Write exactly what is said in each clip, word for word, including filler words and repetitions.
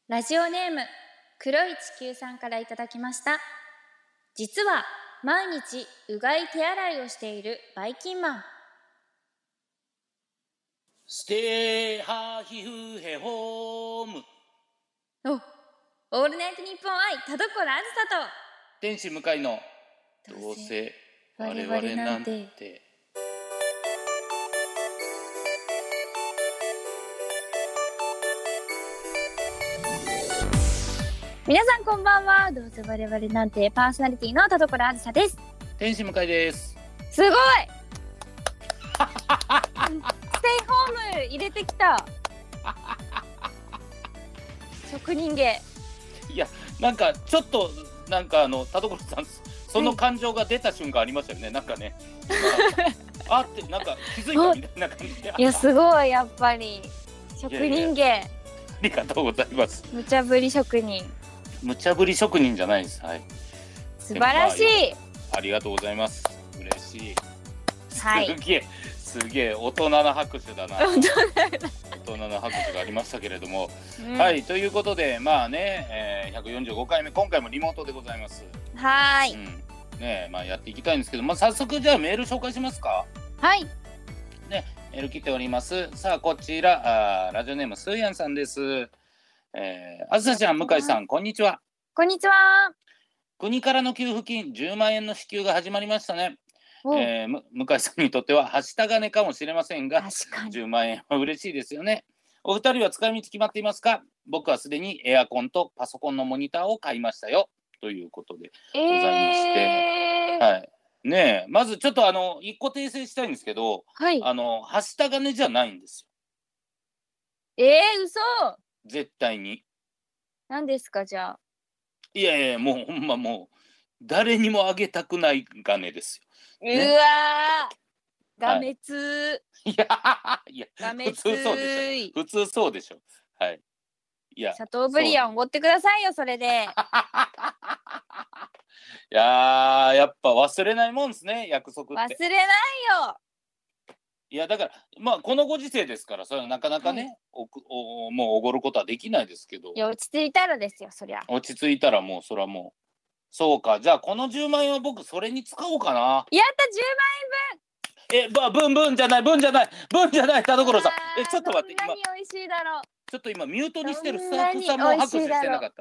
ラジオネーム黒い地球さんからいただきました。実は毎日うがい手洗いをしているバイキンマン。 ステーハーヒフヘホーム。 お、オールナイトニッポン愛田所あずさと天使向かいのどうせ我々なんて。 皆さんこんばんは。どうせ我々なんてパーソナリティの田所あずさです。 天使向かいです。 すごいステイホーム入れてきた職人芸。 いや、なんかちょっとなんかあの田所さんその感情が出た瞬間ありましたよね、はい、なんかねあってなんか気づいたみたいな感じで。 いやすごい、やっぱり職人芸。いやいや、 ありがとうございます。 無茶ぶり職人。 無茶ぶり職人じゃないです。はい、 素晴らしい、 まあ、ありがとうございます。嬉しい。 はい、 すげえすげえ大人な拍手だな大人な拍手がありましたけれども、うん、はいということでまあね、えー、ひゃくよんじゅうごかいめ、今回もリモートでございます。 はい、 うんねまあ、やっていきたいんですけど、まあ、早速じゃあメール紹介しますか。 はいね、メール来ております。さあこちらあラジオネームスーヤンさんです。えー、あずさちゃん、向井さん、こんにちは。 こんにちは。 国からの給付金じゅうまんえんの支給が始まりましたね。えー、向井さんにとってははした金かもしれませんが、じゅうまんえんは嬉しいですよね。お二人は使い道決まっていますか？僕はすでにエアコンとパソコンのモニターを買いましたよ、ということでございまして、えー、はい、ねえ、まずちょっとあの一個訂正したいんですけど、はい、あのはした金じゃないんですよ。えー、嘘。 絶対に。 何ですかじゃあ。 いやいや、もうほんまもう誰にもあげたくない金ですよ、 ね、うわー、がめつー、 はい、いやいやがめつー、 普通そうでしょ普通そうでしょ。はい、いやシャトーブリアンおごってくださいよ、それで。 いややっぱ忘れないもんですね、約束って。 忘れないよ。 いやだからまあこのご時世ですからそれはなかなかね、はい、おおもうおごることはできないですけど。 いや落ち着いたらですよ、そりゃ。 落ち着いたらもうそれはもうそうか。じゃあこのじゅうまんえんは僕それに使おうかな。 やった、じゅうまんえんぶん。 え、ば、ぶんぶんじゃない、ぶんじゃない、ぶんじゃない、田所さん。え、ちょっと待って、今。 どんなに美味しいだろう。 ちょっと今ミュートにしてるスタッフさんも拍手してなかった？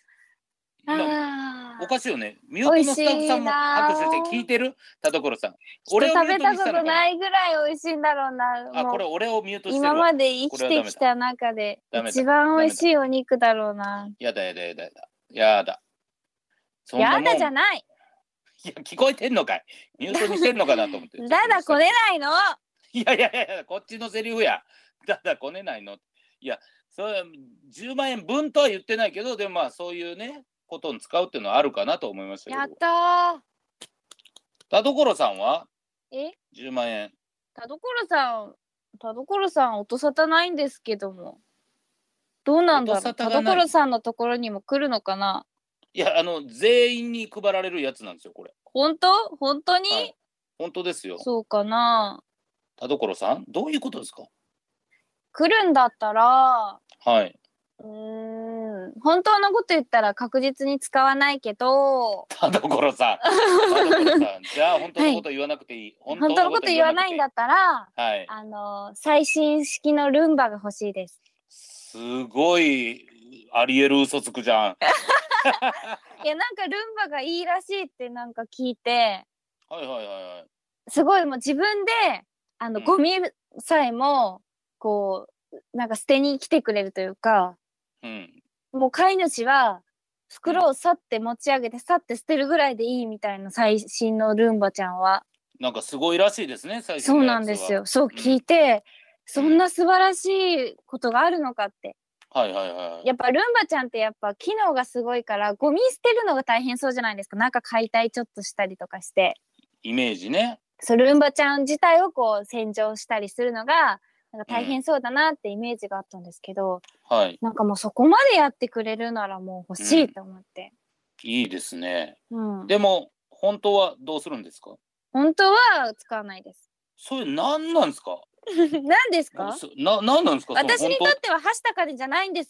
おかしいよね。ミュートのスタッフさんも拍手して聞いてる？田所さん。 俺食べたことないぐらい美味しいんだろうな。 あ、これ俺をミュートしてるわ。 今まで生きてきた中で一番美味しいお肉だろうな。やだやだやだやだ。やだ。 やだじゃない。 いや聞こえてんのかい。ミュートにしてんのかなと思って。 だだこねないの。 いやいやいやこっちのセリフや。だだこねないの。いやそれじゅうまんえんぶんとは言ってないけど、でもまあそういうねことに使うっていうのはあるかなと思いましたけど。 やったー。 田所さんは？ え？ じゅうまんえん。 田所さん、田所さん音沙汰ないんですけども。どうなんだろう。田所さんのところにも来るのかな。 いやあの全員に配られるやつなんですよこれ。 本当？本当に？はい、 本当ですよ。 そうかな。 田所さんどういうことですか？来るんだったら、 はい。 うーん、本当のこと言ったら確実に使わないけど。 田所さん。田所さん。じゃあ本当のこと言わなくていい。 はい、本当のこと言わないんだったら、はい、あの最新式のルンバが欲しいです。 すごいありえる嘘つくじゃん。 いやなんかルンバがいいらしいってなんか聞いて、 はいはいはいはい。 すごいもう自分であの、うん、ゴミさえもこうなんか捨てに来てくれるというか、うん、もう飼い主は袋をさって持ち上げてさって捨てるぐらいでいいみたいな最新のルンバちゃんは。 なんかすごいらしいですね、最新のやつは。そうなんですよ。そう聞いて、うん、そんな素晴らしいことがあるのかって。 はいはいはい。 やっぱルンバちゃんってやっぱ機能がすごいからゴミ捨てるのが大変そうじゃないですか。なんか解体ちょっとしたりとかして。 イメージね。 そうルンバちゃん自体をこう洗浄したりするのがなんか大変そうだなってイメージがあったんですけど、 うん、はい。 なんかもうそこまでやってくれるならもう欲しいと思って。 うん、いいですね。 うん。 でも本当はどうするんですか？ 本当は使わないです。 それ何なんですか？ 何ですか？ な、何なんですか？ 私にとってははした金じゃないんです。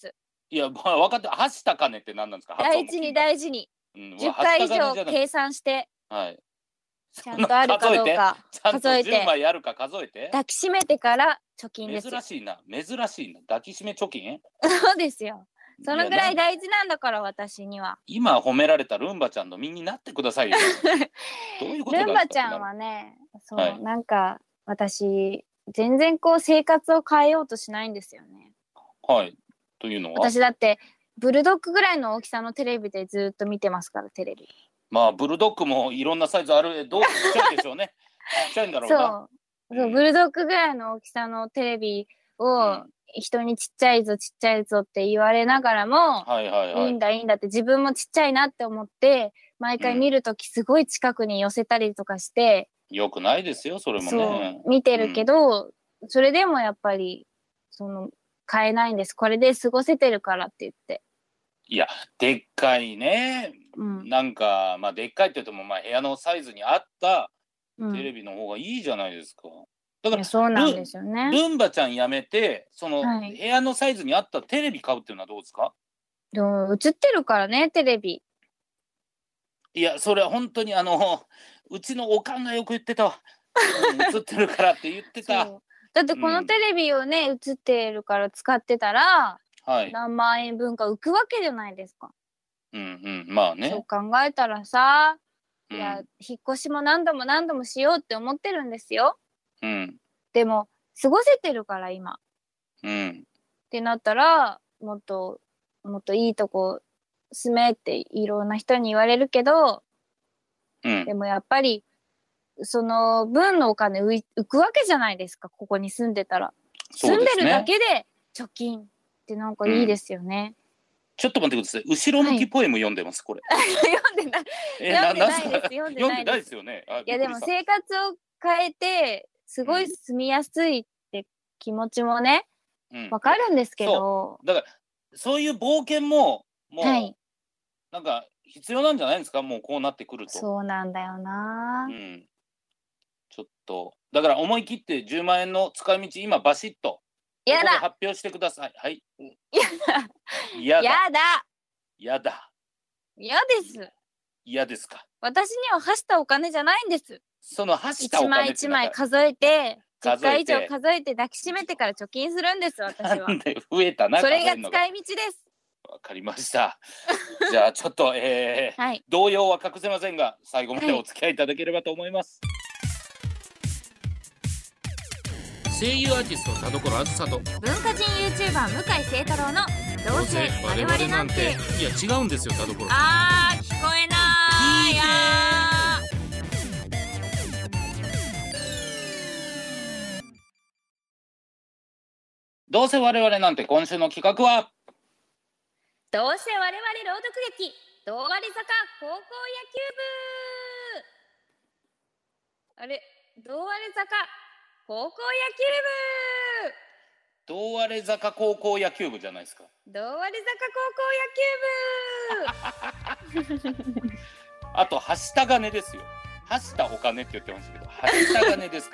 いや、まあ、分かって、はしたかねって何なんですか？ 大事に大事に、うん、じゅっかい以上計算して、 はい、 ちゃんとあるかどうか数えて、じゅうまいあるか数えて、 抱きしめてから貯金ですよ。 珍しいな、珍しいな、抱きしめ貯金そうですよ。そのぐらい大事なんだから、私には。 今褒められたルンバちゃんの身になってくださいよ。どういうことですか？ ルンバちゃんはね、そう、はい、なんか私全然こう生活を変えようとしないんですよね。 はい。というのは？ 私だってブルドッグぐらいの大きさのテレビでずっと見てますから、テレビ。 まあブルドッグもいろんなサイズある、どうちっちゃいでしょうね。ちっちゃいんだろうな。 そう、そう、ブルドッグぐらいの大きさのテレビを、うん、人にちっちゃいぞちっちゃいぞって言われながらも、 はいはいはい、 いいんだいいんだって自分もちっちゃいなって思って毎回見るときすごい近くに寄せたりとかして、 うん、よくないですよそれもね。 見てるけど、うん、それでもやっぱりその買えないんです。これで過ごせてるからって言って。 いやでっかいね、うん、なんかまあでっかいって言ってもまあ部屋のサイズに合ったテレビの方がいいじゃないですか。うん、だからそうなんですよね。 ルンバちゃんやめてその、はい、部屋のサイズに合ったテレビ買うっていうのはどうですか？ でも映ってるからねテレビ。 いやそれは本当にあのうちのおかんがよく言ってたわ。映ってるからって言ってた。 だってこのテレビをね、うん、映ってるから使ってたら、はい、何万円分か浮くわけじゃないですか。 うんうん、まあね。 そう考えたらさ、いや、うん、引っ越しも何度も何度もしようって思ってるんですよ。 うん、 でも過ごせてるから今、 うん、 ってなったらもっともっといいとこ住めっていろんな人に言われるけど、 うん、 でもやっぱりその分のお金浮くわけじゃないですか。ここに住んでたら、住んでるだけで貯金ってなんかいいですよね。うん、 ちょっと待ってください。後ろ向きポエム読んでます、これ。 読んでない。読んでないです。読んでないですよね。 いやでも生活を変えてすごい住みやすいって気持ちもね、わ、うん、かるんですけど。 だからそういう冒険ももう、はい、なんか必要なんじゃないですか。もうこうなってくると。 そうなんだよな。 うん。ちょっとだから思い切ってじゅうまんえんの使い道今バシッと。 やだ。 発表してください。はい。 やだ。やだ。 やだ。 嫌です。 嫌ですか。 私にははしたお金じゃないんです。 そのはしたお金って一枚一枚数えて、じゅっかい以上数えて抱きしめてから貯金するんです。私は。 なんで増えたな。 それが使い道です。 わかりました。じゃあちょっと、えーはい、動揺は隠せませんが、最後までお付き合いいただければと思います。はい、声優アーティスト田所あずさと文化人 YouTuber 向井聖太郎のどうせ我々なんて。 いや違うんですよ田所。 あー聞こえないやどうせ我々なんて。今週の企画はどうせ我々朗読劇どうわり坂高校野球部。あれどうわり坂高校野球部どうわれ坂高校野球部じゃないですか。 どうわれ坂高校野球部あとはした金ですよ。はしたお金って言ってましたけど、はした金ですから、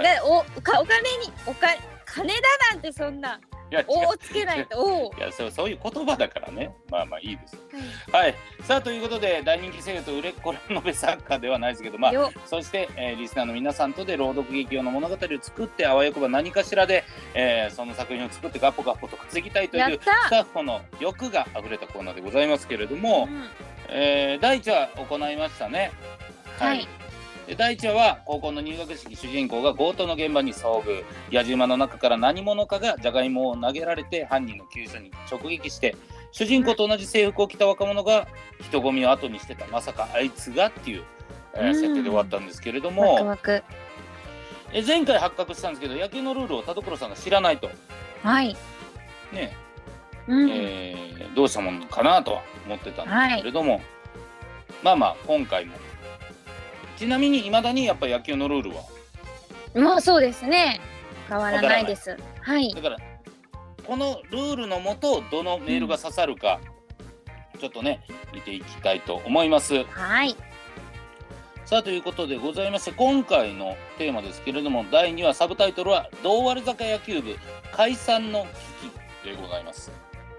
はい、お, かお金におか金だなんてそんな。いやおをつけないと。おいやそうそういう言葉だからね。まあまあいいです。はい、はい、さあということで大人気声優と売れっ子ラノベ作家ではないですけど、まあそして、えー、リスナーの皆さんとで朗読劇用の物語を作って、あわよくば何かしらで、えー、その作品を作ってガッポガッポと稼ぎたいというスタッフの欲があふれたコーナーでございますけれども、うん、えー、だいいちわ行いましたね。はい、はい、でだいいちわは高校の入学式、主人公が強盗の現場に遭遇。野じ馬の中から何者かがじゃがいもを投げられて犯人の急所に直撃して、主人公と同じ制服を着た若者が人混みを後にしてた。まさかあいつがっていう、えー、設定で終わったんですけれども、 ワクワク。 え前回発覚したんですけど、野球のルールを田所さんが知らないと。 はいね、 うん、 えー、どうしたものかなとは思ってたんですけれども、はい、まあまあ今回も。ちなみにいまだにやっぱ野球のルールはまあそうですね、変わらないです。はい。 だからこのルールのもとどのメールが刺さるか、うん、ちょっとね見ていきたいと思います。 はい。 さあということでございまして、今回のテーマですけれども、だいにわサブタイトルはどうわれ坂野球部解散の危機でございます。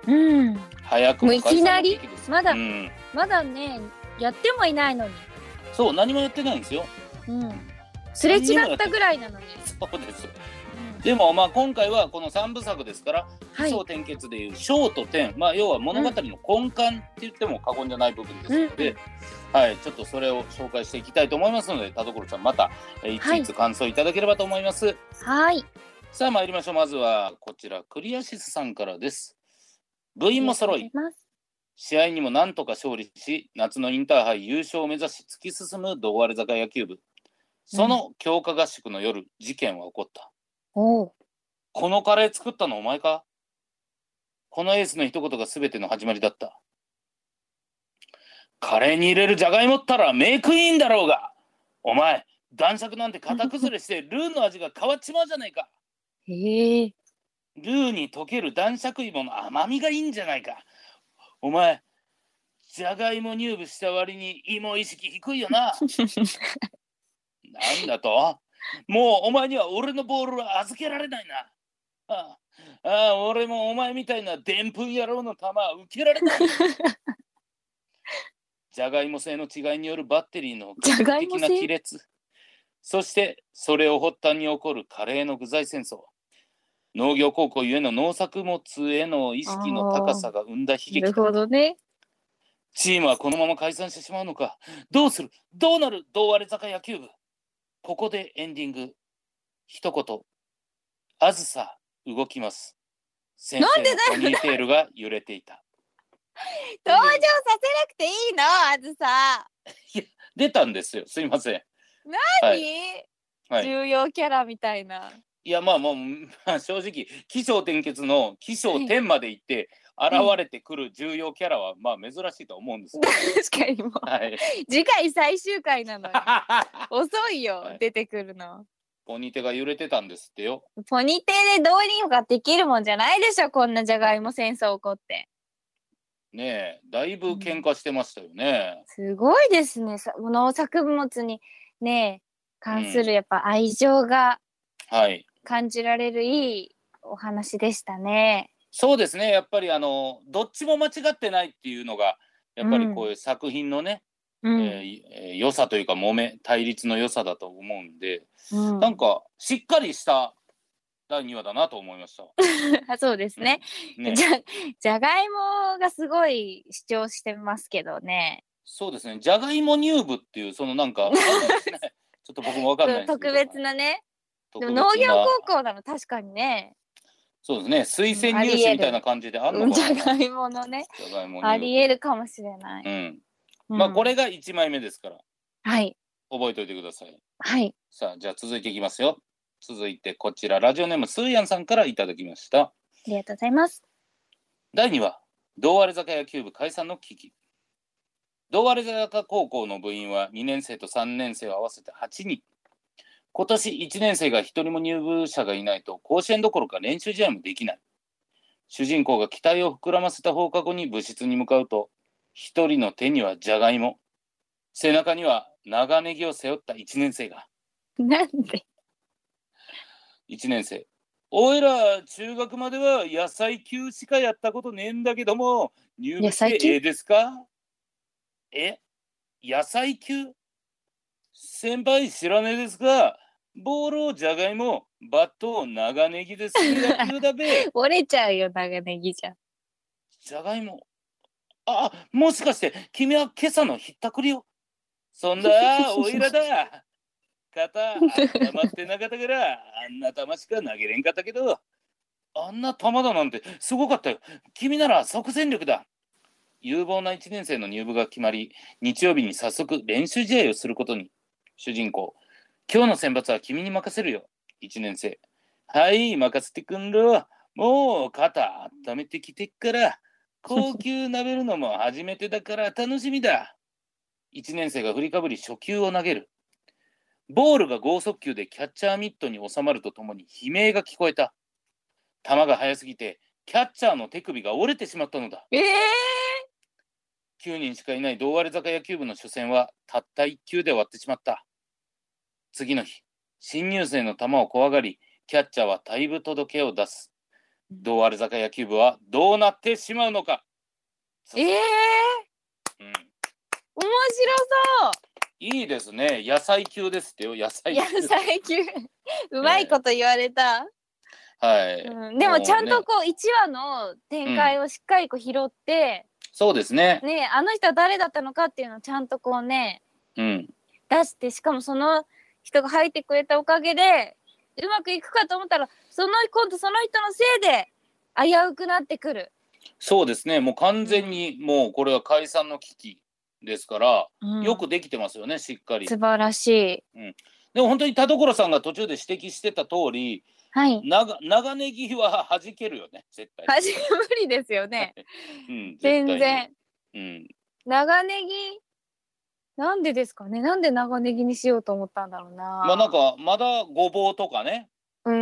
うん、 早くもういきなりまだ、 うん、 まだねやってもいないのに。 そう、何もやってないんですよ。 うん、すれ違ったぐらいなのに。 そうです、うん、でもまあ今回はこのさんぶさくですから、起承転結でいう章と点、まあ要は物語の根幹って言っても過言じゃない部分ですので、うん、はい、ちょっとそれを紹介していきたいと思いますので、田所さんまたいついつ感想いただければと思います。 はい。 さあ参りましょう。まずはこちらクリアシスさんからです。部員も揃い、試合にもなんとか勝利し、夏のインターハイ優勝を目指し突き進む堂割坂野球部。その強化合宿の夜、うん、事件は起こった。 おこのカレー作ったのお前か？このエースの一言が全ての始まりだった。カレーに入れるじゃがいもったらメイクインだろうが、お前男爵なんて型崩れしてルーの味が変わっちまうじゃないか。 へえ。 ルーに溶ける男爵芋の甘みがいいんじゃないか。お前じゃがいも入部した割に芋意識低いよな。なんだと？もうお前には俺のボールは預けられないな。ああ、ああ、俺もお前みたいなでんぷん野郎の球は受けられない。じゃがいも製の違いによるバッテリーの劇的な亀裂、そしてそれを発端に起こるカレーの具材戦争、農業高校ゆえの農作物への意識の高さが生んだ悲劇だ。 なるほどね。 チームはこのまま解散してしまうのか。どうする？どうなる？堂割坂野球部。ここでエンディング。一言。あずさ動きます。先生のポニーテールが揺れていた。 登場させなくていいの？あずさ。 いや、出たんですよ。すいません。 何？はいはい、重要キャラみたいな。 いやまあもう、まあ、正直起承転結の起承転まで行って、はい、現れてくる重要キャラはまあ珍しいと思うんですよ。 確かにもう、はい、次回最終回なのに遅いよ、はい、出てくるの。 ポニテが揺れてたんですってよ。 ポニテでどうにかできるもんじゃないでしょ、こんなじゃがいも戦争起こって。 ねえ、だいぶ喧嘩してましたよね。 うん、すごいですね。農作物にね関するやっぱ愛情が感じられるいいお話でしたね。 うん、そうですね。やっぱりあのどっちも間違ってないっていうのがやっぱりこういう作品のね、うんえー、良さというか揉め対立の良さだと思うんで、うん、なんかしっかりしただいにわだなと思いました。 そうですね。うん、ね、じゃじゃがいもがすごい主張してますけどね。 そうですね。じゃがいも入部っていうそのなんか、ね、ちょっと僕もわかんないですけど特別なね。でも農業高校なの確かにね。 そうですね。推薦入試みたいな感じであんのかな。 じゃがいものね。じゃがいもありえるかもしれない。 うん。うん、まあこれがいちまいめですから。 はい。 覚えておいてください。 はい。 さあじゃあ続いていきますよ。続いてこちらラジオネームスーヤンさんからいただきました。ありがとうございます。 だいにわ堂割坂野球部解散の危機。堂割坂高校の部員はにねん生とさんねん生を合わせてはちにん。今年いちねん生がひとりも入部者がいないと甲子園どころか練習試合もできない。主人公が期待を膨らませた放課後に部室に向かうと、一人の手にはじゃがいも、背中には長ネギを背負ったいちねん生が。 なんでいちねん生。おいら中学までは野菜球しかやったことねえんだけども、入部してええですか？え野菜球？先輩知らねえですか？ボールをじゃがいも、バットを長ネギです野球だべ。 折れちゃうよ、長ネギじゃ。 じゃがいも。あ、もしかして君は今朝のひったくりを？そんだ、おいらだ。肩、温まってなかったから、あんな球しか投げれんかったけど、あんな球だなんてすごかったよ。君なら即戦力だ。有望ないちねん生の入部が決まり、日曜日に早速練習試合をすることに。主人公、今日の選抜は君に任せるよ。いちねん生、はい、任せてくんろ。もう肩温めてきてっから、高級なべるのも初めてだから楽しみだ。いちねん生が振りかぶり初球を投げる。ボールが剛速球でキャッチャーミットに収まるとともに悲鳴が聞こえた。球が速すぎてキャッチャーの手首が折れてしまったのだ。 えー、 きゅうにんしかいない堂割坂野球部の初戦はたったいっ球で終わってしまった。次の日、新入生の球を怖がり、キャッチャーは退部届を出す。 同割坂野球部はどうなってしまうのか。 ええー、うん、面白そう。 いいですね。野菜級ですってよ。野菜級。 野菜級うまいこと言われた。 えー、はい、 うん、でもちゃんとこういちわの展開をしっかりこう拾って、うん、 そうですね。 ね、あの人は誰だったのかっていうのをちゃんとこうね、 うん、 出して、しかもその人が入ってくれたおかげでうまくいくかと思ったら、その今度その人のせいで危うくなってくる。 そうですね。もう完全にもうこれは解散の危機ですから、うん、よくできてますよね、しっかり。 素晴らしい。 うん、でも本当に田所さんが途中で指摘してた通り、はい、長, 長ネギは弾けるよね、絶対。 弾け無理ですよね。うん、全然。うん、長ネギなんでですかね。なんで長ネギにしようと思ったんだろうな。 まあなんかまだごぼうとかね。 うん、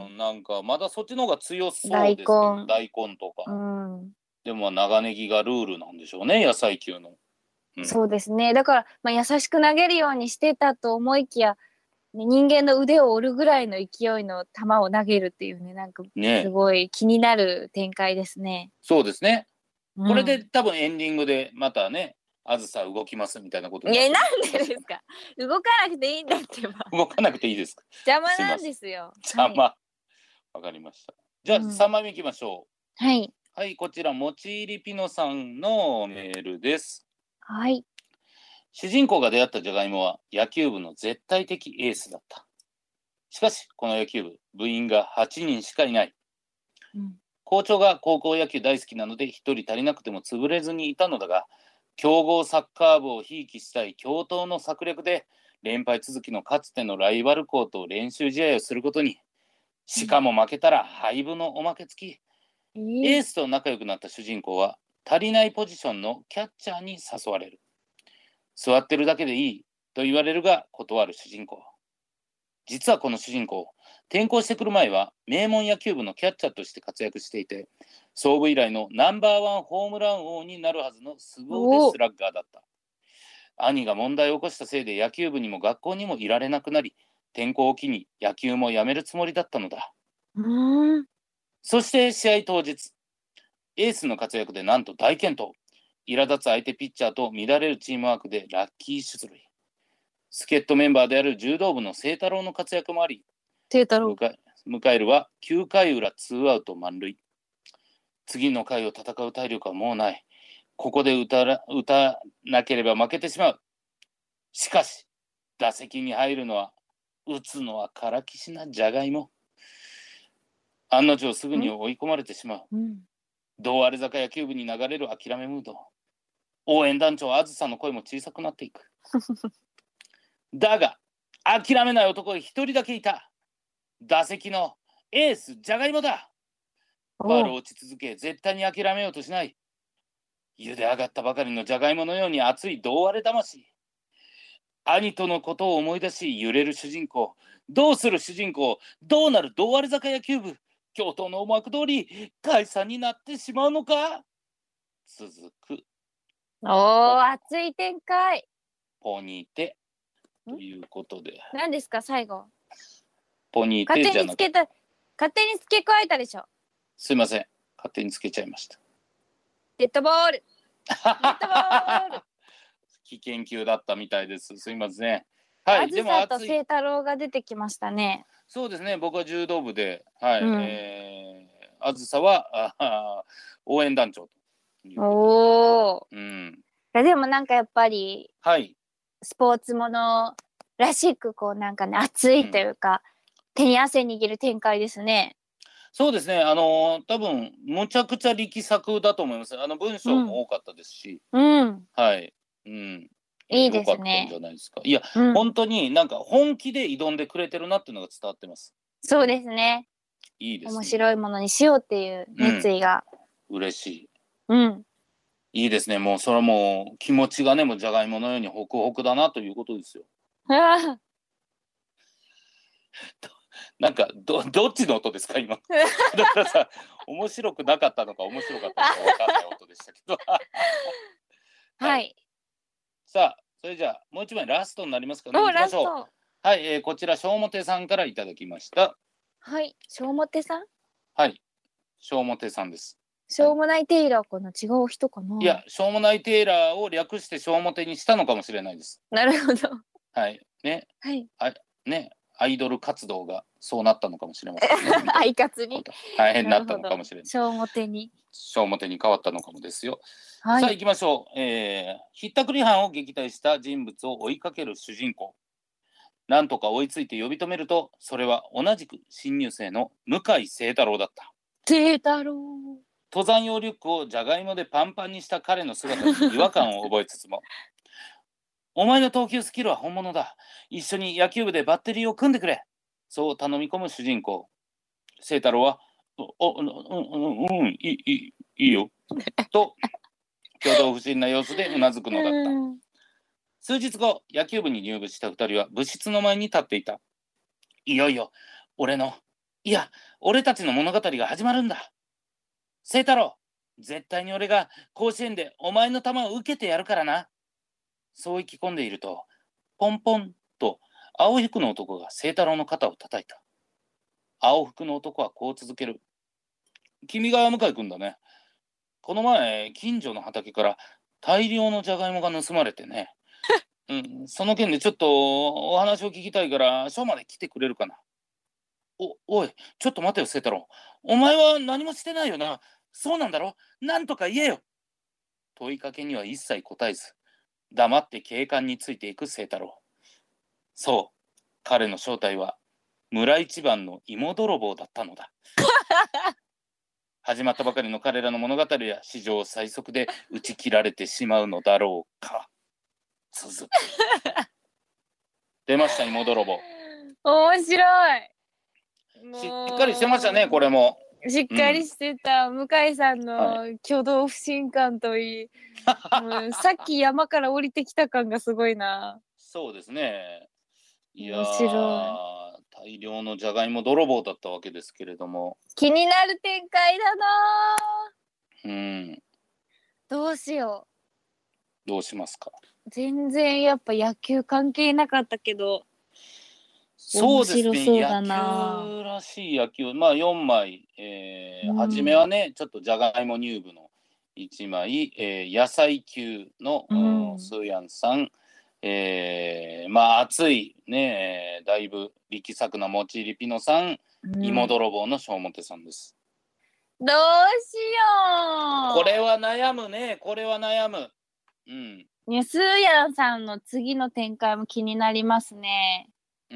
うん、なんかまだそっちの方が強そうですけど、大根とか。うん、でも長ネギがルールなんでしょうね、野菜級の。 うん、そうですね。だから、まあ、優しく投げるようにしてたと思いきや、ね、人間の腕を折るぐらいの勢いの球を投げるっていうね、なんかすごい気になる展開ですね。ね、 そうですね。うん、これで多分エンディングでまたね、あずさ動きますみたいなことになって。 いや、なんでですか。動かなくていいんだってば。 動かなくていいですか。 邪魔なんですよ。 邪魔。わ、はい、かりました。じゃあ、うん、さんまいめいきましょう。はい。 はい、こちらもちいりピノさんのメールです。 はい。 主人公が出会ったジャガイモは野球部の絶対的エースだった。しかしこの野球部、部員がはちにんしかいない。うん、校長が高校野球大好きなのでひとり足りなくても潰れずにいたのだが、強豪サッカー部をひいきしたい教頭の策略で連敗続きのかつてのライバル校と練習試合をすることに、しかも負けたら廃部のおまけ付き、うん、エースと仲良くなった主人公は足りないポジションのキャッチャーに誘われる。座ってるだけでいいと言われるが断る主人公。実はこの主人公、転校してくる前は名門野球部のキャッチャーとして活躍していて、創部以来のナンバーワンホームラン王になるはずの凄腕スラッガーだった。兄が問題を起こしたせいで野球部にも学校にもいられなくなり、転校を機に野球もやめるつもりだったのだ。うん、そして試合当日、エースの活躍でなんと大健闘。苛立つ相手ピッチャーと乱れるチームワークでラッキー出塁。助っ人メンバーである柔道部の清太郎の活躍もあり、 清太郎迎えるはきゅうかい裏ツーアウト満塁。次の回を戦う体力はもうない。ここで打たら、打たなければ負けてしまう。しかし打席に入るのは打つのはからきしなじゃがいも。案の定すぐに追い込まれてしまう。うん、同割坂野球部に流れる諦めムード。応援団長あずさの声も小さくなっていく。だが諦めない男が一人だけいた。打席のエースじゃがいもだ。ファウルを打ち続け絶対に諦めようとしない。茹で上がったばかりのじゃがいものように熱い同割れ魂。兄とのことを思い出し揺れる主人公。どうする主人公。どうなる同割坂野球部。教頭の思惑通り解散になってしまうのか。続く。 おー、熱い展開。 ポニーテということで。 何ですか最後。 ポニーテじゃなくて。 勝手につけた、勝手に付け加えたでしょ。 すいません、勝手につけちゃいました。 デッドボール。デッドボール。 危険球だったみたいです。すいません。 はい。でもと清太郎が出てきましたね。 そうですね。僕は柔道部で、はい。うん、えー、あずさはあ応援団長という。 おお。うん。でもなんかやっぱり、はい。スポーツものらしくこうなんかね熱いというか、うん、手に汗握る展開ですね。 そうですね。あのー、多分むちゃくちゃ力作だと思います。あの文章も多かったですし、うん、はい、うん、 いいですね。 良かったんじゃないですか。いや、うん、本当になんか本気で挑んでくれてるなっていうのが伝わってます。 そうですね。 いいですね。 面白いものにしようっていう熱意が、 うん、嬉しい。 うん。 いいですね。もうそれはもう気持ちがね、もうじゃがいものようにホクホクだなということですよ。なんか ど, どっちの音ですか今。だからさ、面白くなかったのか面白かったのか分かんない音でしたけど。はい、 はい。 さあ、それじゃあもう一枚ラストになりますかね。行きましょう。はい、えー、こちら小表さんからいただきました。 はい、小表さん。 はい。 しょうもてさんです。 しょうもないテイラーかな、違う人かな。 いや、しょうもないテイラーを略してしょうもてにしたのかもしれないです。 なるほど。 はいね、 はい、 あね、アイドル活動がそうなったのかもしれませんね。 アイカツに大変になったのかもしれない。 しょうもてにしょうもてに変わったのかもですよ。 はい、 さあ行きましょう、えー、ひったくり犯を撃退した人物を追いかける主人公。なんとか追いついて呼び止めると、それは同じく新入生の向井清太郎だった。 清太郎。 登山用リュックをじゃがいもでパンパンにした彼の姿に違和感を覚えつつもお前の投球スキルは本物だ、一緒に野球部でバッテリーを組んでくれ、そう頼み込む主人公。清太郎はおうんうんうんいいいいいいよと挙動不審な様子でうなずくのだった。数日後、野球部に入部したふたりは部室の前に立っていた。いよいよ俺のいや俺たちの物語が始まるんだ。清太郎、絶対に俺が甲子園でお前の球を受けてやるからな。そう意気込んでいると、ポンポンと青服の男が清太郎の肩を叩いた。青服の男はこう続ける。君が向井君だね。この前近所の畑から大量のじゃがいもが盗まれてね。うん、その件でちょっとお話を聞きたいから署まで来てくれるかな。お、おい、ちょっと待てよ清太郎。お前は何もしてないよな。そうなんだろ。なんとか言えよ。問いかけには一切答えず、黙って警官についていく清太郎。そう、彼の正体は村一番の芋泥棒だったのだ。始まったばかりの彼らの物語は史上最速で打ち切られてしまうのだろうか。続く。出ました、芋泥棒。 面白い。 しっかりしてましたね、これも。 しっかりしてた、うん、向井さんの挙動不審感といい、はい、さっき山から降りてきた感がすごいな。 そうですね。いや面白い。大量のじゃがいも泥棒だったわけですけれども、 気になる展開だな。 うん。 どうしよう。どうしますか。 全然やっぱ野球関係なかったけど。 そうですね、野球らしい野球、まあよんまい、えーうん、初めはねちょっとじゃがいも入部のいちまい、えー、野菜球の、うん、スーヤンさん、えー、まあ熱いね、だいぶ力作なもちりぴのさん、うん、芋泥棒のしょうもてさんです。 どうしよう。 これは悩むね、これは悩む。うん。 ね、スーヤンさんの次の展開も気になりますね。 うん、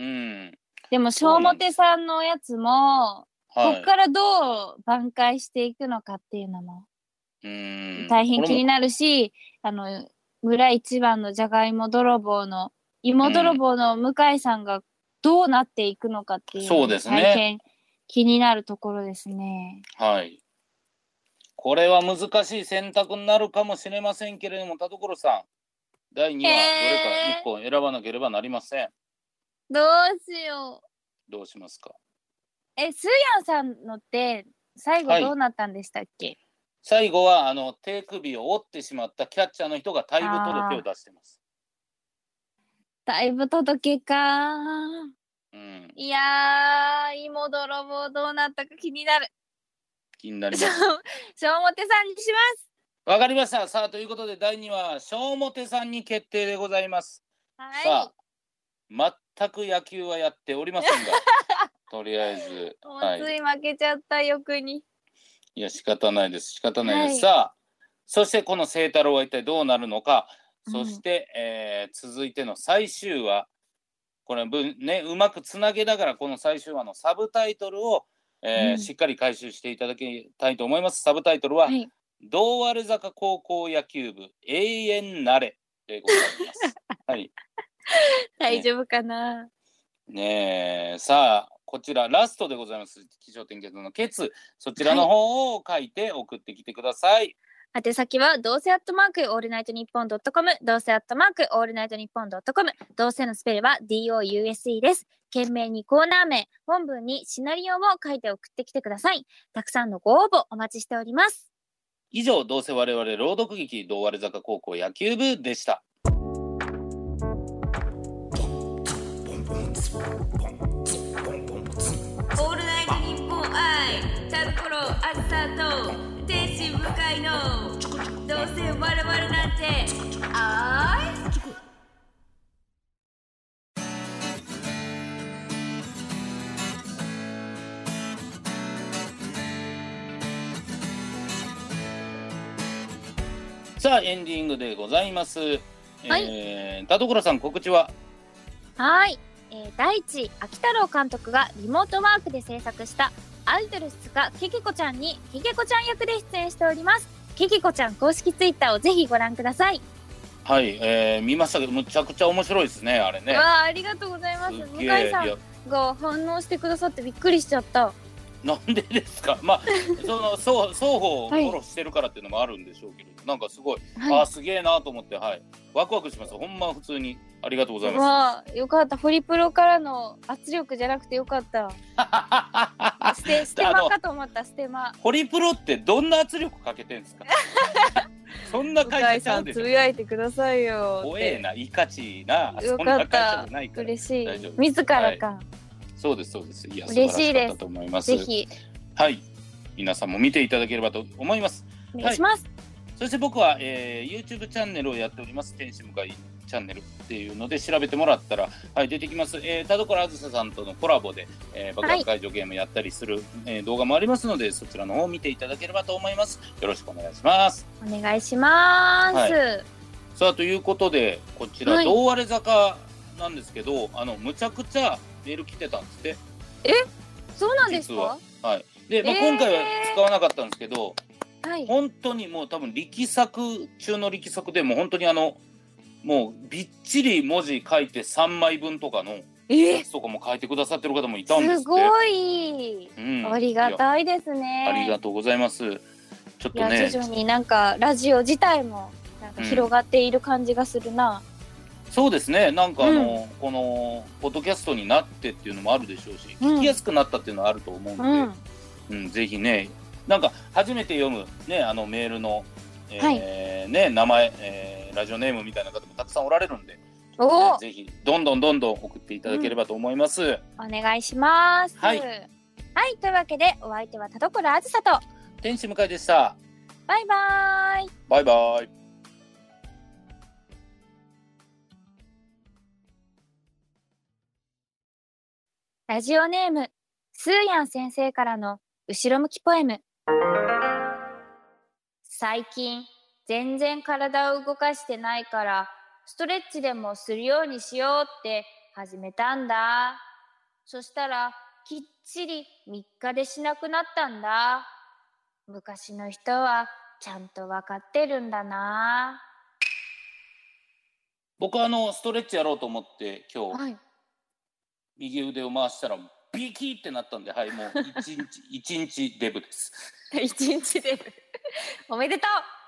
でもしょうもてさんのやつも、はい、こっからどう挽回していくのかっていうのもうん大変気になるし、あの村一番のじゃがいも泥棒の芋泥棒の向井さんがどうなっていくのかっていうのも大変気になるところですね。 はい、これは難しい選択になるかもしれませんけれども、田所さん、だいにわどれかいっぽん選ばなければなりません。 どうしよう。 どうしますか。 え、スーヤンさんのって最後どうなったんでしたっけ。はい、 最後はあの手首を折ってしまったキャッチャーの人が退部届を出してます。 退部届か、 うん、 いやー、芋泥棒どうなったか気になる。 気になります。 しょうもてさんにします。 わかりました。さあということでだいにわしょうもてさんに決定でございます。 はい、 さあ全く野球はやっておりませんがとりあえずもうつい負けちゃった、はい、欲に。 いや仕方ないです仕方ないです、はい、さあそしてこの清太郎は一体どうなるのか、うん、そして、えー、続いての最終話、これねうまくつなげながらこの最終話のサブタイトルを、えーうん、しっかり回収していただきたいと思います。サブタイトルは、はい、道割坂高校野球部永遠なれでございますはい大丈夫かな。 ね, ねえ、さあこちらラストでございます。起承転結のケツ、そちらの方を書いて送ってきてください。 はい、宛先はどうせアットマークオールナイトニッポンドットコム、どうせアットマークオールナイトニッポンドットコム、どうせのスペルは ディーオーユーエスイー です。懸命にコーナー名、本文にシナリオを書いて送ってきてください。たくさんのご応募お待ちしております。 以上、どうせ我々朗読劇道割坂高校野球部でした。 オールナイトニッポン愛田所あずさと天使向かいのどうせ我々なんてあーいさあエンディングでございます。はい、えー、田所さん告知は？ はい、えー、大地秋太郎監督がリモートワークで制作したアイドルスカケケコちゃんにケケコちゃん役で出演しております。ケケコちゃん公式ツイッターをぜひご覧ください。 はい、えー、見ましたけどむちゃくちゃ面白いですねあれね。 わあ、ありがとうございます。向井さんが反応してくださってびっくりしちゃった。 なんでですか。まあその双双方フォローしてるからっていうのもあるんでしょうけど、はい、なんかすごい、はい、あーすげえなと思って、はい、ワクワクします。ほんま普通にありがとうございます。 わあ、よかった。ホリプロからの圧力じゃなくてよかった。ステステマかと思った。ステマ。 ホリプロってどんな圧力かけてんですか。そんな会社ちゃうでしょ。 つぶやいてくださいよ。 怖えな、いいかちな。 よかった。嬉しい。自らか。はい、 そうですそうです。いや、 嬉しいです。 素晴らしかったと思います。 ぜひ。 はい、皆さんも見ていただければと思います。 お願いします。はい、 そして僕は、えー、YouTube チャンネルをやっております。天使向かいチャンネルっていうので調べてもらったら、はい、出てきます。えー、田所あずささんとのコラボで、えー、爆破解除ゲームやったりする、はい、えー、動画もありますので、そちらの方を見ていただければと思います。よろしくお願いします。 お願いします。はい、 さあということでこちら、はい、どうわれ坂なんですけど、あのむちゃくちゃメール来てたんですって。 え、そうなんですか。 はい。で、まあ、今回は使わなかったんですけど、 はい、 本当にもう多分力作中の力作でもう本当にあのもうびっちり文字書いてさんまいぶんとかのやつとかも書いてくださってる方もいたんですって。 すごい、うん、ありがたいですね。 ありがとうございます。ちょっとね、 徐々になんかラジオ自体もなんか広がっている感じがするな。 うん、そうですね。なんかあの、うん、このポッドキャストになってっていうのもあるでしょうし、うん、聞きやすくなったっていうのはあると思うので、うんうん、ぜひね、なんか初めて読むね、あのメールの、えーはい、ね、名前、えー、ラジオネームみたいな方もたくさんおられるんで、 お、 ね、ぜひどんどんどんどん送っていただければと思います。うん、 お願いします。 はい、 はい、というわけでお相手は田所あずさと天使向井でした。 バイバイ。 バイバイ。 ラジオネームスーヤン先生からの後ろ向きポエム。最近全然体を動かしてないからストレッチでもするようにしようって始めたんだ。そしたらきっちりみっかでしなくなったんだ。昔の人はちゃんと分かってるんだな。 僕はあのストレッチやろうと思って今日、 はい、 右腕を回したらビキーってなったんで、はい、もう一日一日デブです。 一日デブおめでとう。